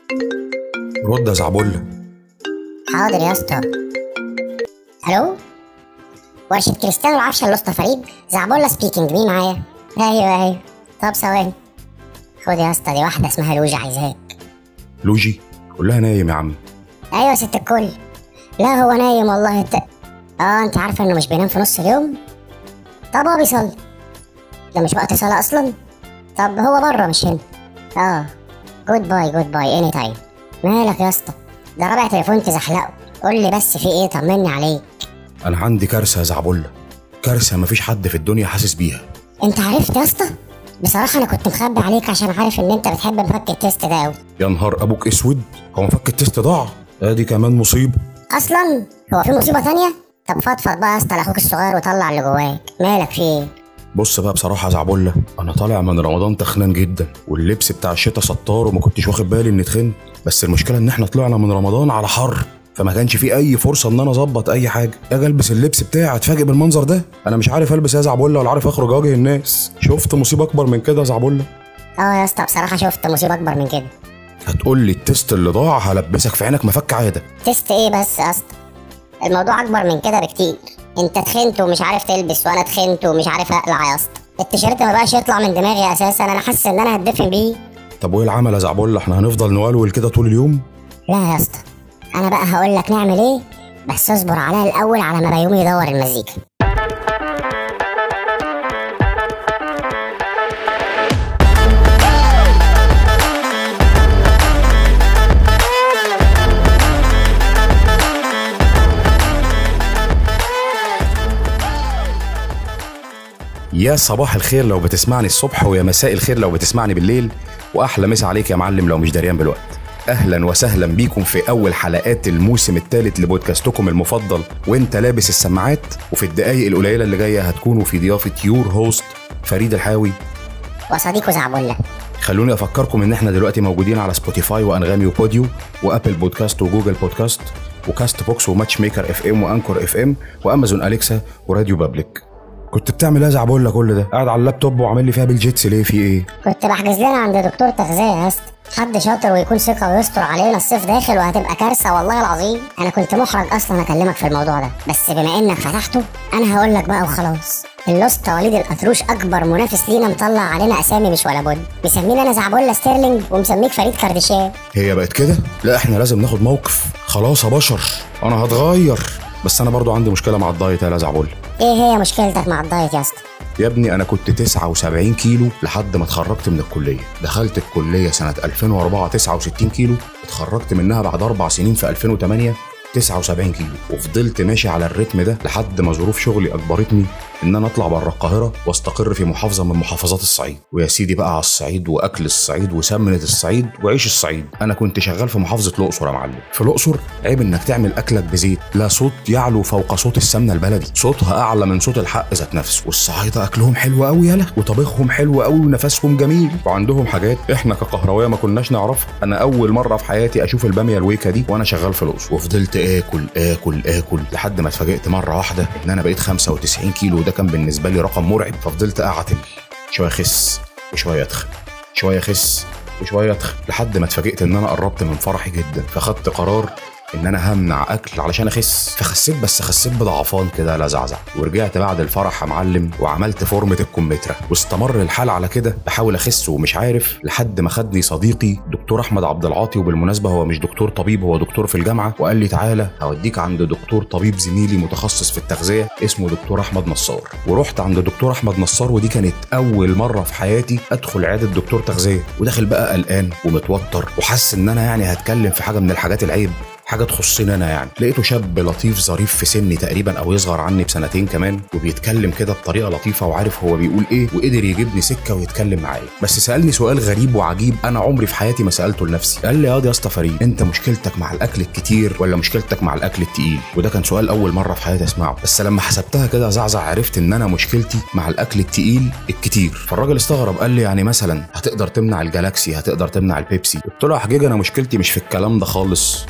رد يا زعبولة. حاضر يا اسطى. الو، ورشة كريستيانو العفشة اللوسطى فريد، زعبولة سبيكينج. مين معايا؟ ايوه طب ثواني. خد يا اسطى، دي واحدة اسمها لوجي عايزاك. لوجي؟ قول لها نايم يا عم. ايوه ست الكل. لا هو نايم والله. انت عارفة انه مش بينام في نص اليوم. طب هو بيصلي؟ ده مش وقت صلاة اصلا. طب هو بره مش هنا. جود باي اني تايم. مالك يا اسطى؟ ده رابع تليفون تزحلقه. قول لي بس في ايه، طمني عليك. انا عندي كارثة يا زعبولة، كارثة مفيش حد في الدنيا حاسس بيها. انت عرفت يا اسطى؟ بصراحة انا كنت مخبي عليك عشان عارف ان انت بتحب مفك التيست ده اوي. يا نهار ابوك اسود، هو مفك التيست ضاع؟ ادي كمان مصيبة. اصلا هو في مصيبة تانية؟ طب فضفض بقى يا اسطى لاخوك الصغير وطلع اللي جواك. مالك في ايه؟ بص بقى بصراحة يا زعبولة، انا طالع من رمضان تخنان جدا، واللبس بتاع الشتا سطار وما كنتش واخد بالي اني تخنت. بس المشكلة ان احنا طلعنا من رمضان على حر، فما كانش في اي فرصة ان انا اظبط اي حاجة. اجي البس اللبس بتاعي اتفاجئ بالمنظر ده. انا مش عارف البس يا زعبولة ولا عارف اخرج اواجه الناس. شفت مصيبة اكبر من كده يا زعبولة؟ يا اسطى بصراحة شفت مصيبة اكبر من كده. هتقول لي التيست اللي ضاع هلبسك في عينك مفك عادة. تيست ايه بس يا اسطى؟ الموضوع اكبر من كده بكتير. انت تخنت ومش عارف تلبس، وانا تخنت ومش عارف اقلع يا اسطى. التيشيرت ما بقاش يطلع من دماغي اساسا، انا حاسس ان انا هتدفن بيه. طب وايه العمل يا زعبولة؟ احنا هنفضل نولول كده طول اليوم؟ لا يا اسطى، انا بقى هقول لك نعمل ايه، بس اصبر عليا الاول على ما بيومي يدور المزيكا. يا صباح الخير لو بتسمعني الصبح، ويا مساء الخير لو بتسمعني بالليل، واحلى مسا عليك يا معلم لو مش دريان بالوقت. اهلا وسهلا بيكم في اول حلقات الموسم الثالث لبودكاستكم المفضل وانت لابس السماعات. وفي الدقايق القليله اللي جايه هتكونوا في ضيافه يور هوست فريد الحاوي وصديقه زعبولة. خلوني افكركم ان احنا دلوقتي موجودين على سبوتيفاي وانغامي وبوديو وابل بودكاست وجوجل بودكاست وكاست بوكس وماتش ميكر اف ام وانكور اف ام وامازون اليكسا وراديو بابليك. كنت بتعمل ايه يا زعبولة كل ده؟ قاعد على اللابتوب وعامل لي فيها بالجيتس ليه؟ في ايه؟ كنت بحجز لنا عند دكتور تغذية يا اسطى، حد شاطر ويكون ثقة ويستر علينا. الصيف داخل وهتبقى كارثة والله العظيم. انا كنت محرج اصلا اكلمك في الموضوع ده، بس بما انك فتحته انا هقول لك بقى وخلاص. اللوسطى وليد الأطروش اكبر منافس لينا مطلع علينا اسامي مش ولا بد. مسميني انا زعبولة ستيرلينج ومسميك فريد كارديشان. هي بقت كده؟ لا احنا لازم ناخد موقف. خلاص يا بشر انا هتغير، بس انا برضو عندي مشكلة مع الدايت يا زعبولة. ايه هي مشكلتك مع الدايت يا اسطى؟ يا ابني انا كنت 79 كيلو لحد ما اتخرجت من الكليه. دخلت الكليه سنه 2004 69 كيلو، اتخرجت منها بعد 4 سنين في 2008 79 كيلو، وفضلت ماشي على الريتم ده لحد ما ظروف شغلي اجبرتني ان انا اطلع بره القاهره واستقر في محافظه من محافظات الصعيد. ويا سيدي بقى على الصعيد واكل الصعيد وسمنه الصعيد وعيش الصعيد. انا كنت شغال في محافظه الاقصر يا معلم. في الاقصر عيب انك تعمل اكلك بزيت، لا صوت يعلو فوق صوت السمنه البلدي، صوتها اعلى من صوت الحق ذات نفسه. والصعايده اكلهم حلو قوي يالا، وطبخهم حلو قوي ونفسهم جميل، وعندهم حاجات احنا كقهراويه ما كناش نعرفها. انا اول مره في حياتي اشوف الباميه الويكه دي وانا شغال في الاقصر، وفضلت اكل لحد ما اتفاجئت مره واحده ان انا بقيت 95 كيلو، وده كان بالنسبه لي رقم مرعب. ففضلت اعتل شويه اخس وشويه اتخن، شويه اخس وشويه اتخن، لحد ما اتفاجئت ان انا قربت من فرحي جدا. فخدت قرار ان انا همنع اكل علشان اخس. فخسيت، بس خسيت بضعفان كده لزعزع. ورجعت بعد الفرح يا معلم وعملت فورمه الكمثرى، واستمر الحال على كده بحاول اخس ومش عارف، لحد ما خدني صديقي دكتور احمد عبد العاطي. وبالمناسبه هو مش دكتور طبيب، هو دكتور في الجامعه، وقال لي تعالى هوديك عند دكتور طبيب زميلي متخصص في التغذيه اسمه دكتور احمد نصار. ورحت عند دكتور احمد نصار، ودي كانت اول مره في حياتي ادخل عياده دكتور تغذيه. وداخل بقى قلقان ومتوتر وحاسس ان انا يعني هتكلم في حاجه من الحاجات العيب، حاجه تخصني انا يعني. لقيته شاب لطيف ظريف في سني تقريبا او يصغر عني بسنتين كمان، وبيتكلم كده بطريقه لطيفه وعارف هو بيقول ايه، وقدر يجيبني سكه ويتكلم معايا. بس سالني سؤال غريب وعجيب انا عمري في حياتي ما سالته لنفسي. قال لي يا اسطى فريد، انت مشكلتك مع الاكل الكتير ولا مشكلتك مع الاكل التقيل؟ وده كان سؤال اول مره في حياتي اسمعه، بس لما حسبتها كده زعزع عرفت ان انا مشكلتي مع الاكل التقيل الكتير. فالراجل استغرب قال لي يعني مثلا هتقدر تمنع الجالاكسي، هتقدر تمنع البيبسي؟ قلت له يا حجيج انا مشكلتي مش في الكلام ده خالص، انا سافر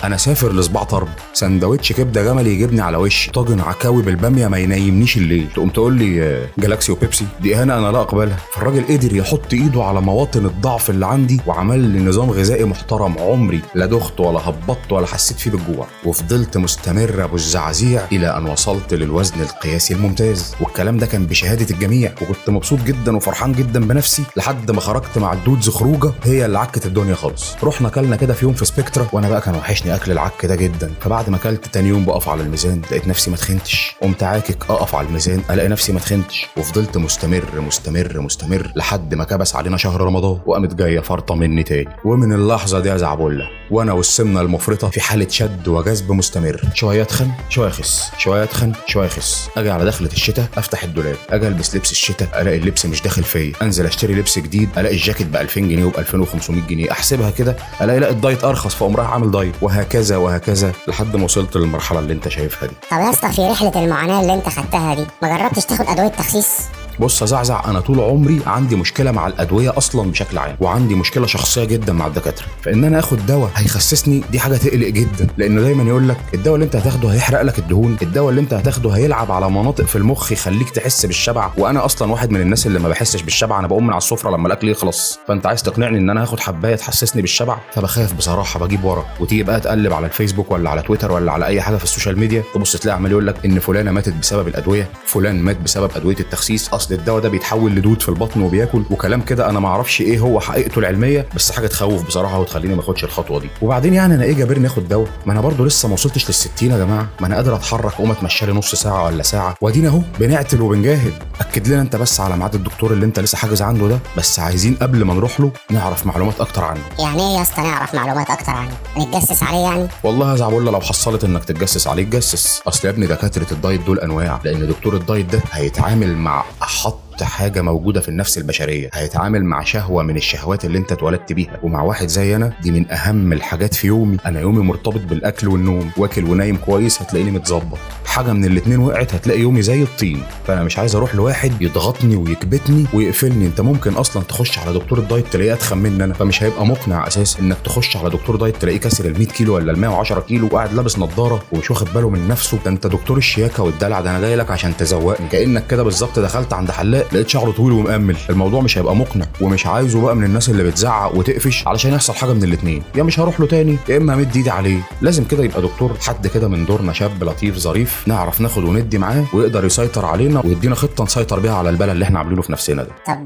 عصافر لصباع طرب، سندوتش كبده جملي يجيبني على وشي، طاجن عكاوي بالباميه ما ينيمنيش الليل. تقوم تقول لي جالاكسي وبيبسي؟ دي اهانه انا لا اقبلها. فالراجل قدر يحط ايده على مواطن الضعف اللي عندي وعمل لي نظام غذائي محترم، عمري لا دخت ولا هبطت ولا حسيت فيه بالجوع، وفضلت مستمر ابو الزعازيع الى ان وصلت للوزن القياسي الممتاز. والكلام ده كان بشهاده الجميع، وكنت مبسوط جدا وفرحان جدا بنفسي لحد ما خرجت مع الدودز خروجه هي اللي عكت الدنيا خالص. رحنا اكلنا كده في يوم في سبيكترا، وانا بقى كان وحشني اكل العك ده جدا. فبعد ما اكلت تاني يوم بقف على الميزان لقيت نفسي ما تخنتش، قمت عاكك اقف على الميزان الاقي نفسي ما تخنتش، وفضلت مستمر مستمر مستمر لحد ما كبس علينا شهر رمضان وقامت جايه فرطه مني تاني. ومن اللحظه دي يا زعبله وانا والسمنه المفرطه في حاله شد وجذب مستمر، شويه اتخن شويه اخس، شويه اتخن شويه اخس. اجي على دخله الشتاء افتح الدولاب، اجي البس لبس الشتاء الاقي اللبس مش داخل فيا، انزل اشتري لبس جديد الاقي الجاكيت ب 2000 جنيه وب 2500 جنيه، احسبها كده الاقي لا الدايت ارخص فاقوم رايح عامل دايت، وهكذا وهكذا لحد ما وصلت للمرحله اللي انت شايفها دي. طب يا اسطى، في رحله المعاناه اللي انت خدتها دي ما جربتش تاخد ادويه تخسيس؟ بص يا زعزع، انا طول عمري عندي مشكله مع الادويه اصلا بشكل عام، وعندي مشكله شخصيه جدا مع الدكاتره، فان انا اخد دواء هيخسسني دي حاجه تقلق جدا، لانه دايما يقول لك الدواء اللي انت هتاخده هيحرق لك الدهون، الدواء اللي انت هتاخده هيلعب على مناطق في المخ يخليك تحس بالشبع، وانا اصلا واحد من الناس اللي ما بحسش بالشبع، انا بقوم من على السفره لما الاكل يخلص، فانت عايز تقنعني ان انا هاخد حبايه تحسسني بالشبع؟ فبخاف بصراحه، بجيب ورا، وتيجي بقى تقلب على الفيسبوك ولا على تويتر ولا على اي حاجه في السوشيال ميديا تبص تلاقي عمال يقول لك ان فلانه ماتت بسبب الادويه، فلان مات بسبب ادويه التخسيس، اصل الدواء ده بيتحول لدود في البطن وبياكل وكلام كده. انا ما اعرفش ايه هو حقيقته العلميه، بس حاجه تخوف بصراحه وتخليني ما اخدش الخطوه دي. وبعدين يعني انا ايه جابرني اخد دواء؟ ما انا برضه لسه ما وصلتش لل60 يا جماعه، ما انا قادر اتحرك اقوم اتمشى لي نص ساعه ولا ساعه، وادينا اهو بنعتل وبنجاهد. اكد لنا انت بس على ميعاد الدكتور اللي انت لسه حاجز عنده ده، بس عايزين قبل ما نروح له نعرف معلومات اكتر عنه. يعني ايه يا اسطى نعرف معلومات اكتر عنه؟ نتجسس عليه يعني؟ والله يا زعبله لو حصلت انك تتجسس عليه تجسس، اصل يا ابني دكاتره الدايت دول انواع، لان دكتور الدايت ده هيتعامل مع احط حاجه موجوده في النفس البشريه، هيتعامل مع شهوه من الشهوات اللي انت اتولدت بيها، ومع واحد زي انا دي من اهم الحاجات في يومي. انا يومي مرتبط بالاكل والنوم، واكل ونايم كويس هتلاقيني متظبط، حاجه من الاتنين وقعت هتلاقي يومي زي الطين. فانا مش عايز اروح لواحد يضغطني ويكبتني ويقفلني. انت ممكن اصلا تخش على دكتور الدايت تلاقيه اتخن مني انا، فمش هيبقى مقنع اساسا انك تخش على دكتور دايت تلاقيه كسر ال 100 كيلو ولا ال 110 كيلو وقاعد لابس نظاره ومش واخد باله من نفسه. ده انت دكتور الشياكه والدلع، ده انا جاي لك عشان تزوقني، كانك كده بالظبط دخلت عند حلاق لقيت شعره طويل ومأمل. الموضوع مش هيبقى مقنع، ومش عايزه بقى من الناس اللي بتزعق وتقفش، علشان يحصل حاجه من الاثنين، يا مش هروح له تاني يا اما همد ايدي عليه. لازم كده يبقى دكتور حد كده من دورنا، شاب لطيف ظريف نعرف ناخد وندي معاه ويقدر يسيطر علينا ويدينا خطه نسيطر بيها على البلا اللي احنا عاملينه في نفسنا ده. طب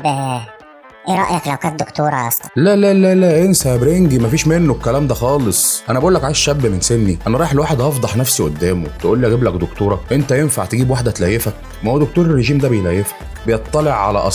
ايه رايك لو كانت دكتوره يا اسطى؟ لا لا لا لا انسى يا برنجي، مفيش منه الكلام ده خالص. انا بقول لك عايز شاب من سني، انا رايح لواحد هفضح نفسي قدامه، تقول لي اجيب لك دكتوره؟ انت ينفع تجيب واحده تليفك؟ ما هو دكتور الرجيم ده بيليفك، بيطلع على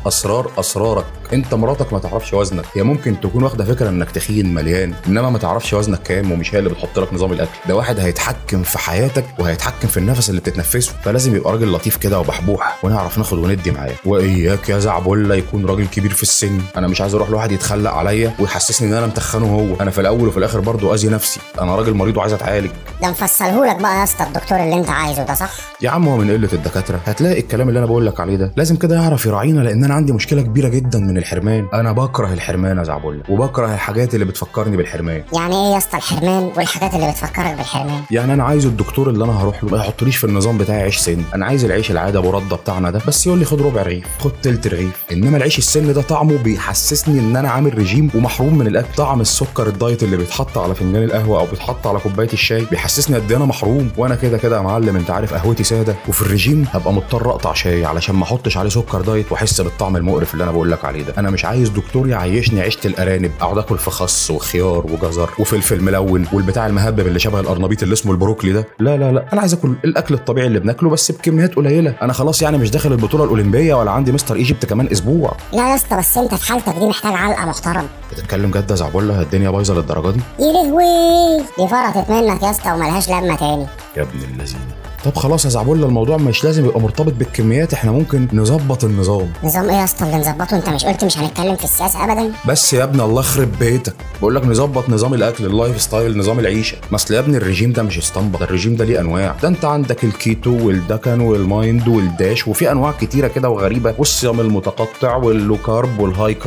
اسرارك. انت مراتك ما تعرفش وزنك، هي ممكن تكون واخده فكره انك تخين مليان، انما ما تعرفش وزنك كام، ومش هي اللي بتحط لك نظام الاكل. ده واحد هيتحكم في حياتك وهيتحكم في النفس اللي بتتنفسه، فلازم يبقى راجل لطيف كده وبحبوح ونعرف ناخد وندي معاه. واياك يا زعبله يكون راجل كبير في السن، انا مش عايز اروح لواحد يتخلق عليا ويحسسني ان انا متخنه هو، انا في الاول وفي الاخر برضه اذي نفسي، انا راجل مريض وعايز اتعالج. ده مفصلهولك بقى يا اسطى الدكتور اللي انت عايزه ده، صح؟ يا عم هو من قله الدكاتره هتلاقي الكلام اللي انا بقول لك عليه ده، لازم كده يعرف يراعينا، لان انا عندي مشكله كبيره جدا من الحرمان. انا بكره الحرمان يا زعبله، وبكره الحاجات اللي بتفكرني بالحرمان. يعني ايه يا اسطى الحرمان والحاجات اللي بتفكرك بالحرمان؟ يعني انا عايز الدكتور اللي انا هروح له ما يحطليش في النظام بتاعي عيش سن، انا عايز العيش العاده ابو رده بتاعنا ده، بس يقول لي خد ربع رغيف، خد تلت رغيف. انما العيش السن ده طعمه بيحسسني ان انا عامل رجيم ومحروم من الاكل. طعم السكر الدايت اللي بيتحط على فنجان القهوه او بيتحط على كوبايه الشاي بيحسسني قد ايه انا محروم، وانا كده كده يا معلم انت عارف قهوتي ساده، وفي الرجيم هبقى مضطر اقطع شاي علشان ما احطش عليه سكر دايت واحس بالطعم المقرف اللي انا بقول لك عليه ده. انا مش عايز دكتور يعيشني عيشه الارانب، اقعد اكل في خس وخيار وجزر وفلفل ملون والبتاع المهبب اللي شبه القرنبيط اللي اسمه البروكلي ده. لا لا لا، انا عايز اكل الاكل الطبيعي اللي بناكله بس بكميات قليله. انا خلاص يعني مش داخل البطوله الاولمبيه ولا عندي مستر ايجيبت كمان اسبوع. لا يا اسطى بس انت في حالتك دي محتاج علقه محترم. بتتكلم جد يا زعبله؟ الدنيا بايظه للدرجه دي؟ يا لهوي دي فرطت منك يا اسطى وملهاش لمه تاني يا ابن اللذين. طب خلاص يا زعبله، الموضوع مش لازم يبقى مرتبط بالكميات، احنا ممكن نظبط النظام. نظام ايه يا اسطى اللي نظبطه؟ انت مش قلت مش هنتكلم في السياسه ابدا؟ بس يا ابني الله يخرب بيتك، بقول لك نظبط نظام الاكل، اللايف ستايل، نظام العيشه. ما اصل يا ابني الرجيم ده مش استنبط، الرجيم ده ليه انواع، ده انت عندك الكيتو والدكن والمايند والداش، وفي انواع كتيره كده وغريبه، والصيام المتقطع واللو كارب والهاي كارب.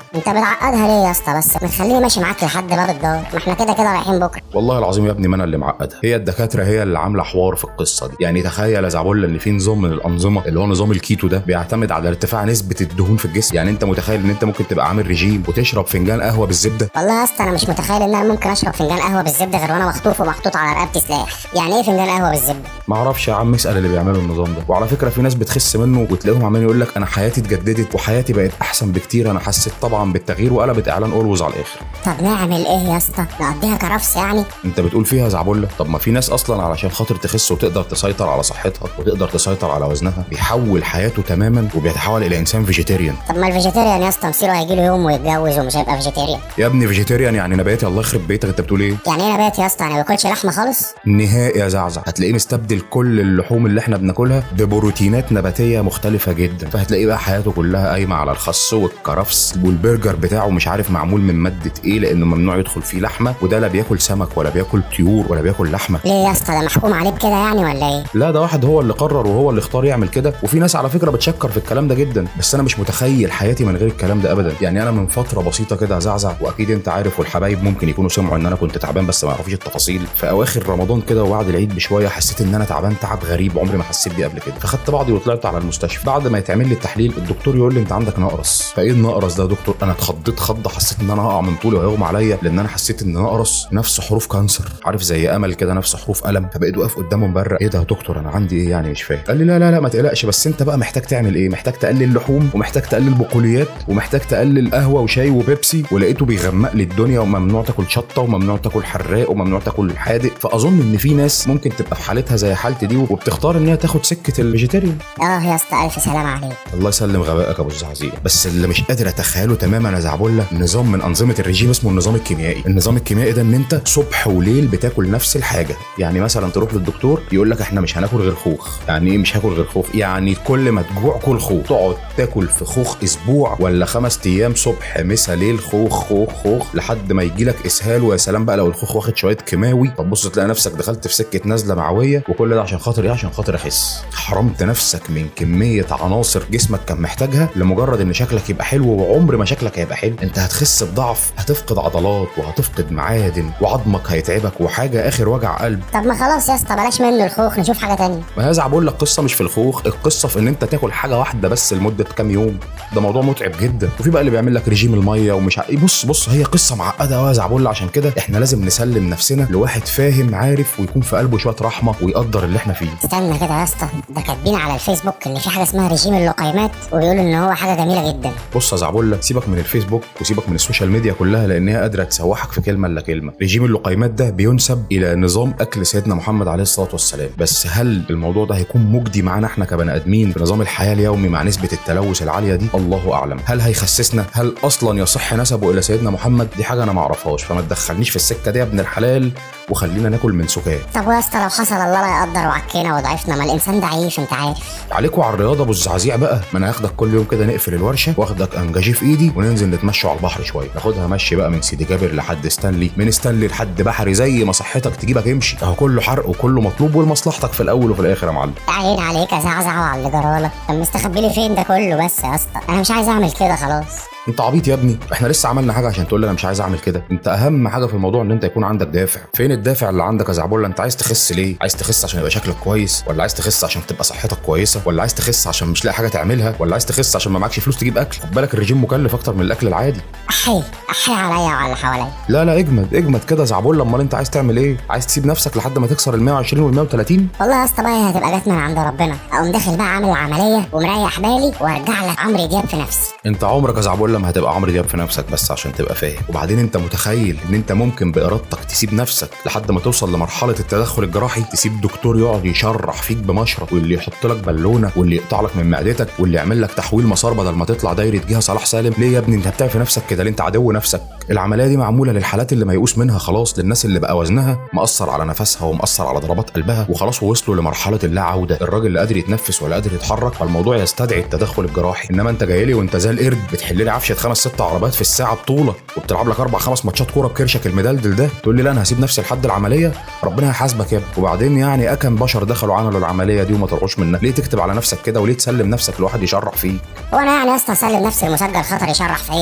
انت بتعقدها ليه يا اسطى؟ بس ما تخليني ماشي معاك لحد باب الدار، ما احنا كده كده رايحين بكره. والله العظيم يا ابني ما انا اللي معقدها، هي الدكاتره هي اللي عامله حوار في القصه دي. يعني تخيل يا زعبله ان في نظام من الانظمه اللي هو نظام الكيتو ده بيعتمد على ارتفاع نسبه الدهون في الجسم. يعني انت متخيل ان انت ممكن تبقى عامل ريجيم وتشرب فنجان قهوه بالزبده؟ والله يا اسطى انا مش متخيل ان انا ممكن اشرب فنجان قهوه بالزبده غير وانا مخطوف ومحطوط على رقبتي سلاح. يعني ايه فنجان قهوه بالزبده؟ ما اعرفش يا عم، اسال اللي بيعملوا النظام ده. وعلى فكره في ناس بتخس منه وتلاقيهم عمالين يقول لك انا حياتي اتجددت وحياتي بقت احسن بكتير، انا حسيت طبعا بالتغيير، وقلبت اعلان اولوز على الاخر. طب نعمل ايه يا اسطى؟ نقضيها كرفس يعني؟ انت بتقول فيها زعبله؟ طب ما في ناس اصلا علشان خاطر تخس وتقدر تسيطر على صحتها وتقدر تسيطر على وزنها بيحول حياته تماما وبيتحول الى انسان فيجيتيريان. طب ما الفيجيتيريان يا اسطى مصيره هيجي له يوم ويتجوز ومش هيبقى فيجيتيريان. يا ابني فيجيتيريان يعني نباتي؟ الله يخرب بيتك، انت بتقول ايه؟ يعني ايه نباتي يا اسطى؟ يعني ما باكلش لحمه خالص؟ نهائي يا زعزع، هتلاقيه مستبدل كل اللحوم اللي احنا بناكلها ببروتينات نباتيه مختلفه جدا، فهتلاقيه بقى حياته كلها قايمه على الخس والكرفس، والبرجر بتاعه مش عارف معمول من ماده ايه لانه ممنوع يدخل فيه لحمه، وده لا بياكل سمك ولا بياكل طيور ولا بياكل لحمه. ليه يا اسطى؟ ده محكوم عليه بكده يعني ولا ايه؟ لا ده واحد هو اللي قرر وهو اللي اختار يعمل كده، وفي ناس على فكره بتشكر في الكلام ده جدا، بس انا مش متخيل حياتي من غير الكلام ده ابدا. يعني انا من فتره بسيطه كده زعزع، واكيد انت عارف والحبايب ممكن يكونوا سمعوا ان انا كنت تعبان بس ما يعرفوش التفاصيل. في اواخر رمضان كده وبعد العيد بشويه حسيت ان انا تعبان تعب غريب عمري ما حسيت بيه قبل كده، فخدت بعضي وطلعت على المستشفى. بعد ما يتعمل لي التحليل الدكتور يقول لي انت عندك نقرس. فايه النقرس ده يا دكتور؟ انا اتخضيت خضه، حسيت ان انا هقع من طولي وهيغمى عليا، لان انا حسيت ان نقرس نفس حروف كانسر، عارف زي امل كده نفس حروف الم. فبقيت واقف قدامه مبرق، ايه ده يا دكتور انا عندي ايه يعني؟ مش فاهم. قال لي لا لا لا ما تقلقش، بس انت بقى محتاج تعمل ايه؟ محتاج تقلل لحوم، ومحتاج تقلل بقوليات، ومحتاج تقلل قهوه وشاي وبيبسي. ولقيته بيغمق لي الدنيا، وممنوع تاكل شطه، وممنوع تاكل حراق، وممنوع تاكل حادق. فاظن ان في ناس ممكن تبقى في حالتها زي حالتي دي وبتختار ان هي تاخد سكه الفيجيتيريان. يا اسطى الف سلام عليك. الله يسلم غبائك يا ابو الزعزيع. بس اللي مش قادر اتخيله تماما يا زعبله نظام من انظمه الرجيم اسمه النظام الكيميائي. النظام الكيميائي ده ان انت صبح وليل بتاكل نفس الحاجه. يعني مثلا تروح للدكتور يقول لك احنا مش هناكل غير خوخ. يعني ايه مش هاكل غير خوخ؟ يعني كل ما تجوع كل خوخ، تقعد تاكل في خوخ اسبوع ولا 5 ايام صبح مسا ليل خوخ خوخ خوخ لحد ما يجي لك اسهال. ويا سلام بقى لو الخوخ واخد شويه كيماوي، فتبص تلاقي نفسك دخلت في سكه نزله معويه. وكل ده عشان خاطر ايه؟ عشان خاطر اخس. حرمت نفسك من كميه عناصر جسمك كان محتاجها لمجرد ان شكلك يبقى حلو، وعمر ما شكلك هيبقى حلو. انت هتخس بضعف، هتفقد عضلات وهتفقد معادن وعظمك هيتعبك وحاجه اخر وجع قلب. طب ما خلاص يا اسطى بلاش منه الخوخ، نشوف حاجه تانية. ما هزع بقول لك القصه مش في الخوخ، القصه في ان انت تاكل حاجه واحده بس لمده كام يوم. ده موضوع متعب جدا. وفي بقى اللي بيعمل لك رجيم الميه ومش بص هي قصه معقده قوي يا زعبول. عشان كده احنا لازم نسلم نفسنا لواحد فاهم عارف ويكون في قلبه شويه رحمه ويقدر اللي احنا فيه. استنى كده يا اسطى، ده كاتبين على الفيسبوك ان في حاجه اسمها رجيم اللقيمات، وبيقولوا ان هو حاجه جميله جدا. بص يا زعبول سيبك من الفيسبوك وسيبك من السوشيال ميديا كلها لان هي قادره تسوحك في كلمه الا كلمه. رجيم اللقيمات ده بينسب الى نظام اكل سيدنا محمد عليه الصلاه والسلام، بس هل الموضوع ده هيكون مجدي معانا احنا كبني ادمين في نظام الحياه اليومي مع نسبه التلوث العاليه دي؟ الله اعلم. هل هيخسسنا؟ هل اصلا يصح نسبه الى سيدنا محمد؟ دي حاجه انا ما اعرفهاش، فما تدخلنيش في السكه دي يا ابن الحلال وخلينا ناكل من سكات. طب يا اسطى لو حصل الله لا يقدر وعكينا وضعفنا، ما الانسان ضعيف انت عارف. عليكوا على الرياضه ابو الزعزيع بقى. ما انا هاخدك كل يوم كده نقفل الورشه واخدك انجاجي في ايدي وننزل نتمشى على البحر شويه، ناخدها مشي بقى من سيدي جابر لحد ستانلي، من ستانلي لحد بحري زي ما صحتك تجيبك امشي. اهو كله حرق وكله مطلوب ولمصلحتك في الاول وفي الاخر يا معلم. عين عليك يا زعزع وعلى اللي جرالك. طب مستخبي لي فين ده كله بس يا اسطى؟ انا مش عايز اعمل كده خلاص. انت عبيط يا ابني، احنا لسه عملنا حاجه عشان تقول لي انا مش عايز اعمل كده؟ انت اهم حاجه في الموضوع ان انت يكون عندك دافع. فين الدافع اللي عندك يا زعبول؟ انت عايز تخس ليه؟ عايز تخس عشان يبقى شكلك كويس، ولا عايز تخس عشان تبقى صحتك كويسه، ولا عايز تخس عشان مش لاقي حاجه تعملها، ولا عايز تخس عشان ما معكش فلوس تجيب اكل؟ خد بالك الرجيم مكلف اكتر من الاكل العادي. احي عليا وعلى اللي حواليا. لا اجمد كده يا زعبول. امال انت عايز تعمل ايه؟ عايز تسيب نفسك لحد ما تكسر ال 120 وال 130؟ والله يا اسطى بقى هي هتبقى جت من عند ربنا، اقوم داخل بقى عامل العمليه ومريح بالي وارجع لك عمرو دياب في نفسي. انت عمرك يا زعبول لما هتبقى عمرو دياب في نفسك، بس عشان تبقى فاهم. وبعدين انت متخيل ان انت ممكن بارادتك تسيب نفسك لحد ما توصل لمرحله التدخل الجراحي؟ تسيب دكتور يقعد يشرح فيك بمشرط، واللي يحط لك بالونه، واللي يقطع لك من معدتك، واللي يعمل لك تحويل مسار بدل ما تطلع دايره جهه صلاح سالم؟ ليه يا ابني انت بتعمل في نفسك كده؟ ليه؟ انت عدو نفسك. العمليه دي معموله للحالات اللي ميؤوس منها خلاص، للناس اللي بقى وزنها مأثر على نفسها ومأثر على ضربات قلبها وخلاص ووصلوا لمرحله اللا عوده، الراجل اللي قادر يتنفس ولا قادر يتحرك، فالموضوع يستدعي التدخل الجراحي. انما انت جاي لي وانت زي القرد بتحل لي عفشه 5-6 عربات في الساعه بطوله، وبتلعب لك 4-5 ماتشات كوره بكرشك المدلدل ده، تقول لي لا انا هسيب نفسي لحد العمليه؟ ربنا هيحاسبك يا ابني. وبعدين يعني اكم بشر دخلوا عملوا العمليه دي وما طلعوش منها؟ ليه تكتب على نفسك كده؟ وليه تسلم نفسك لواحد يشرح فيك؟ هو انا يعني يا اسطى اسلم نفسي المسجل خطر يشرح فيا؟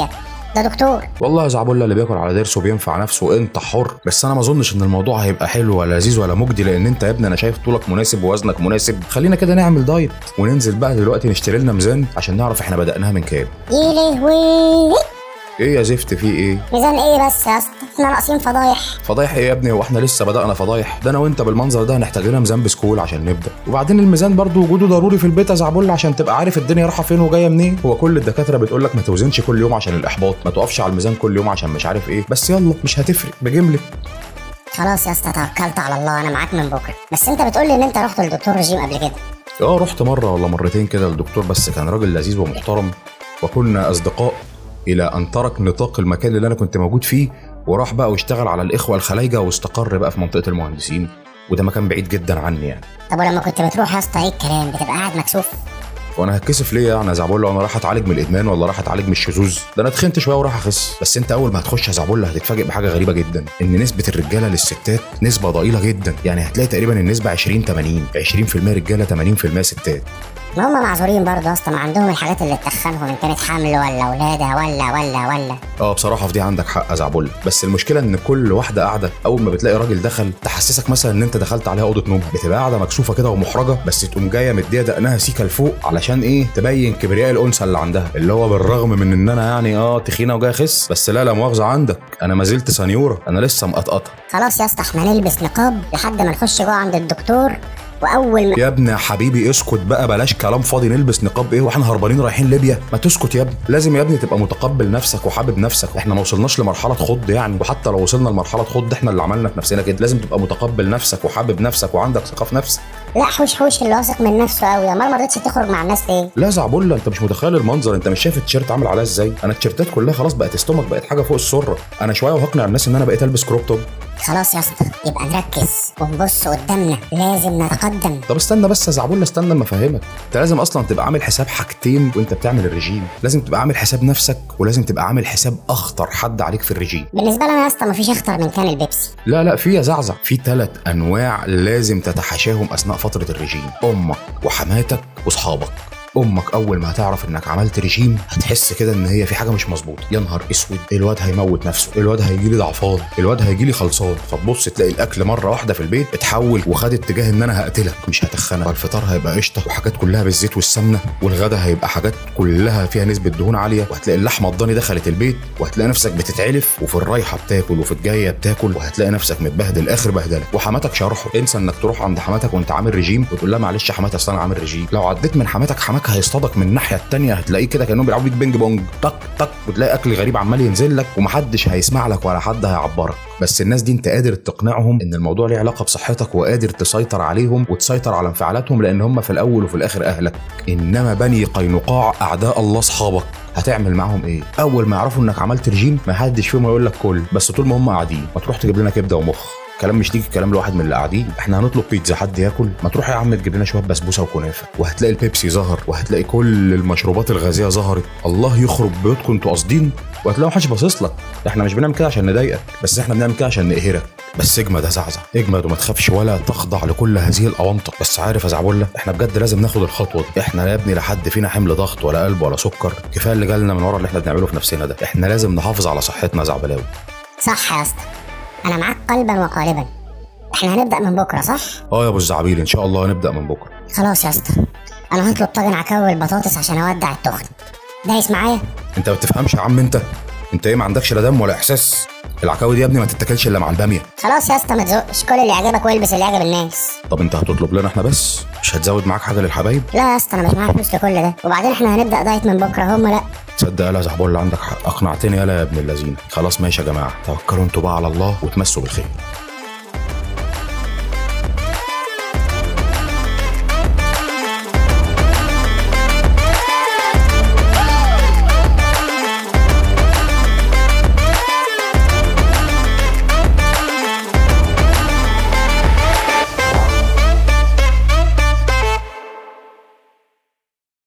ده دكتور. والله يا زعبولة اللي بياكل على ضرسه بينفع نفسه، انت حر. بس انا ما اظنش ان الموضوع هيبقى حلو ولا لذيذ ولا مجدي، لان انت يا ابني انا شايف طولك مناسب ووزنك مناسب. خلينا كده نعمل دايت وننزل بقى دلوقتي نشتري لنا ميزان عشان نعرف احنا بدأناها من كام. يا لهوي. ايه يا زفت في ايه؟ ميزان ايه بس يا اسطى؟ احنا ناقصين فضايح. فضايح ايه يا ابني؟ هو احنا لسه بدأنا فضايح؟ ده انا وانت بالمنظر ده هنحتاج لنا ميزان بسكول عشان نبدأ. وبعدين الميزان برضو وجوده ضروري في البيت يا زعبولة عشان تبقى عارف الدنيا رايحه فين وجايه منين. هو كل الدكاتره بتقول لك ما توزنش كل يوم عشان الاحباط، ما تقفش على الميزان كل يوم عشان مش عارف ايه، بس يلا مش هتفرق بجمله. خلاص يا اسطى توكلت على الله، انا معاك من بكره. بس انت بتقول لي ان انت رحت للدكتور رجيم قبل كده. رحت مره ولا مرتين كده للدكتور، بس كان راجل لذيذ ومحترم وكنا اصدقاء، الى ان ترك نطاق المكان اللي انا كنت موجود فيه وراح بقى واشتغل على الاخوه الخلايجه واستقر بقى في منطقه المهندسين، وده مكان بعيد جدا عني يعني. طب ولما كنت بتروح يا اسطى ايه الكلام؟ بتبقى قاعد مكسوف؟ وانا هتكسف ليه يعني يا زعبولة؟ وانا راح اتعالج من الادمان ولا راح اتعالج من الشذوذ؟ ده انا اتخنت شويه وراح اخس. بس انت اول ما هتخش يا زعبولة هتتفاجئ بحاجه غريبه جدا، ان نسبه الرجاله للستات نسبه ضئيله جدا. يعني هتلاقي تقريبا النسبه 20 80، 20% رجاله 80% ستات. ما هم معذورين برضه يا اسطى، ما عندهم الحاجات اللي تخنهم، ان كانت حمل ولا ولاده ولا. بصراحه في دي عندك حق يا زعبولة، بس المشكله ان كل واحده قاعده اول ما بتلاقي راجل دخل تحسسك مثلا ان انت دخلت عليها اوضه نوم، بتبقى قاعده مكسوفه كده ومحرجه، بس تقوم جايه مديه دقنها سيكه لفوق علشان ايه؟ تبين كبرياء الانثى اللي عندها، اللي هو بالرغم من ان انا يعني تخينه وجاي اخس، بس لا مؤاخذه عندك، انا ما زلت سنيوره، انا لسه مقطقطه. خلاص يا اسطى احنا نلبس نقاب لحد ما نخش جوه عند الدكتور، واول ما يا ابني يا حبيبي اسكت بقى، بلاش كلام فاضي. نلبس نقاب ايه واحنا هربانين رايحين ليبيا؟ ما تسكت يا ابني. لازم يا ابني تبقى متقبل نفسك وحابب نفسك، احنا ما وصلناش لمرحله خض يعني، وحتى لو وصلنا لمرحله خض احنا اللي عملنا في نفسنا كده. لازم تبقى متقبل نفسك وحابب نفسك وعندك ثقه في نفسك. لا حوش اللي واثق من نفسه قوي، امال ما رضيتش تخرج مع الناس ليه؟ لا زعبولة انت مش متخيل المنظر، انت مش شايف التيشيرت عامل عليها ازاي؟ انا التيشيرتات كلها خلاص بقت استومك، بقت حاجه فوق السره. انا شويه وهقنع الناس ان انا بقيت البس كروب توب. خلاص يا اسطى يبقى نركز ونبص قدامنا، لازم نتقدم. طب استنى بس يا زعبولة، استنى اما افهمك. انت لازم اصلا تبقى عامل حساب حاجتين وانت بتعمل الرجيم، لازم تبقى عامل حساب نفسك ولازم تبقى عامل حساب اخطر حد عليك في الرجيم. بالنسبه لنا يا اسطى مفيش اخطر من كان البيبسي. لا في يا زعزع، في 3 انواع لازم تتحاشاهم اثناء فتره الرجيم: امك وحماتك واصحابك. امك اول ما هتعرف انك عملت رجيم هتحس كده ان هي في حاجه مش مظبوطه، يا نهار اسود الواد هيموت نفسه، الواد هيجي لي ضعفان، الواد هيجي لي خلصان. فتبص تلاقي الاكل مره واحده في البيت اتحول وخد اتجاه ان انا هقتلك مش هتخنك. الفطار هيبقى قشطه وحاجات كلها بالزيت والسمنه، والغدا هيبقى حاجات كلها فيها نسبه دهون عاليه، وهتلاقي اللحمه الضاني دخلت البيت، وهتلاقي نفسك بتتعلف، وفي الرايحه بتاكل وفي الجايه بتاكل، وهتلاقي نفسك متبهدل اخر بهدله. وحماتك شرحه، انسى انك تروح عند حماتك وانت عامل رجيم وتقول لها معلش يا حماتي اصل انا عامل رجيم. لو عديت من حماتك حماك هيصطادك من الناحيه الثانيه، هتلاقيه كده كانهم بيلعبوا بيك بينج بونج، طق طق، وتلاقي اكل غريب عمال ينزل لك ومحدش هيسمع لك ولا حد هيعبرك. بس الناس دي انت قادر تقنعهم ان الموضوع ليه علاقه بصحتك، وقادر تسيطر عليهم وتسيطر على انفعالاتهم، لان هم في الاول وفي الاخر اهلك. انما بني قينقاع اعداء الله اصحابك، هتعمل معاهم ايه؟ اول ما يعرفوا انك عملت رجيم ما حدش فيهم يقول لك كل، بس طول ما هم قاعدين ما تروح تجيب لنا كبده ومخ. كلام مش تيجي الكلام لواحد من اللي قاعدين، احنا هنطلب بيتزا حد ياكل؟ ما تروح يا عم تجيب لنا شويه بسبوسه وكنافه. وهتلاقي البيبسي ظهر، وهتلاقي كل المشروبات الغازيه ظهرت. الله يخرب بيوتكم انتوا قاصدين، وهتلاقي محدش باصص لك. احنا مش بنعمل كده عشان نضايقك، بس احنا بنعمل كده عشان نقهرك. بس اجمد يا زعزع، اجمد وما تخافش ولا تخضع لكل هذه الاونطه. بس عارف يا زعبولة احنا بجد لازم ناخد الخطوه دي. احنا يا ابني لا حد فينا حمل ضغط ولا قلب ولا سكر، كفايه اللي جالنا من ورا اللي احنا بنعمله في نفسنا ده. احنا لازم نحافظ على صحتنا يا زعبلاوي. صح يا اسطى، انا معاك قلبا وقالبا. احنا هنبدا من بكره صح؟ يا ابو الزعابيل ان شاء الله هنبدا من بكره. خلاص يا اسطى انا هطلب طاجن عكاوي البطاطس عشان اودع التخن. دايس معايا؟ انت ما بتفهمش يا عم، انت ايه ما عندكش لا دم ولا احساس؟ العكاوي دي يا ابني ما تتاكلش الا مع الباميه. خلاص يا اسطى ما تزقش، كل اللي يعجبك والبس اللي يعجب الناس. طب انت هتطلب لنا احنا بس، مش هتزود معاك حاجه للحبايب؟ لا يا اسطى انا مش معايا فلوس لكل ده، وبعدين احنا هنبدا دايت من بكره هم لا. تصدق يالا زعبول اللي عندك حق، اقنعتني يالا يا ابن اللذين. خلاص ماشي يا جماعه، توكلوا انتوا بقى على الله وتمسوا بالخير.